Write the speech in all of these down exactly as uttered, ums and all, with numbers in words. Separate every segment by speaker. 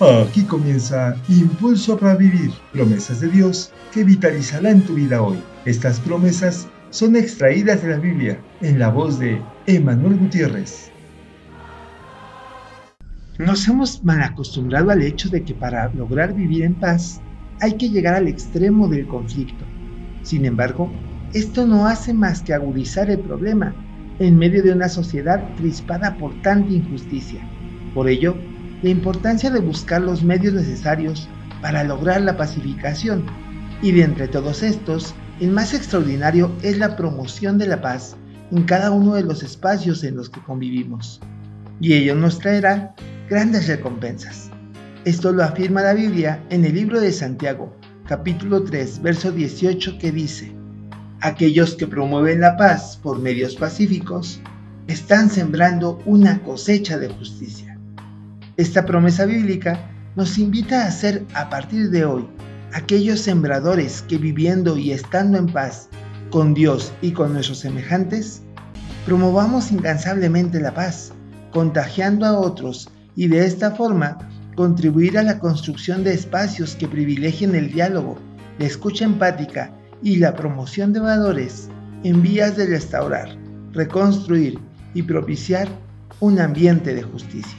Speaker 1: Aquí comienza Impulso para Vivir, promesas de Dios que vitalizarán tu vida hoy. Estas promesas son extraídas de la Biblia en la voz de Emanuel Gutiérrez.
Speaker 2: Nos hemos mal acostumbrado al hecho de que para lograr vivir en paz hay que llegar al extremo del conflicto. Sin embargo, esto no hace más que agudizar el problema en medio de una sociedad crispada por tanta injusticia. Por ello, la importancia de buscar los medios necesarios para lograr la pacificación, y de entre todos estos, el más extraordinario es la promoción de la paz en cada uno de los espacios en los que convivimos, y ello nos traerá grandes recompensas. Esto lo afirma la Biblia en el libro de Santiago, capítulo tres, verso dieciocho, que dice: aquellos que promueven la paz por medios pacíficos están sembrando una cosecha de justicia. Esta promesa bíblica nos invita a ser, a partir de hoy, aquellos sembradores que, viviendo y estando en paz con Dios y con nuestros semejantes, promovamos incansablemente la paz, contagiando a otros y de esta forma contribuir a la construcción de espacios que privilegien el diálogo, la escucha empática y la promoción de valores en vías de restaurar, reconstruir y propiciar un ambiente de justicia.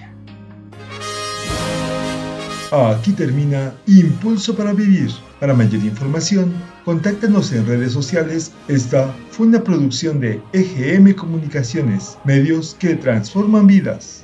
Speaker 1: Aquí termina Impulso para Vivir. Para mayor información, contáctanos en redes sociales. Esta fue una producción de E G M Comunicaciones, medios que transforman vidas.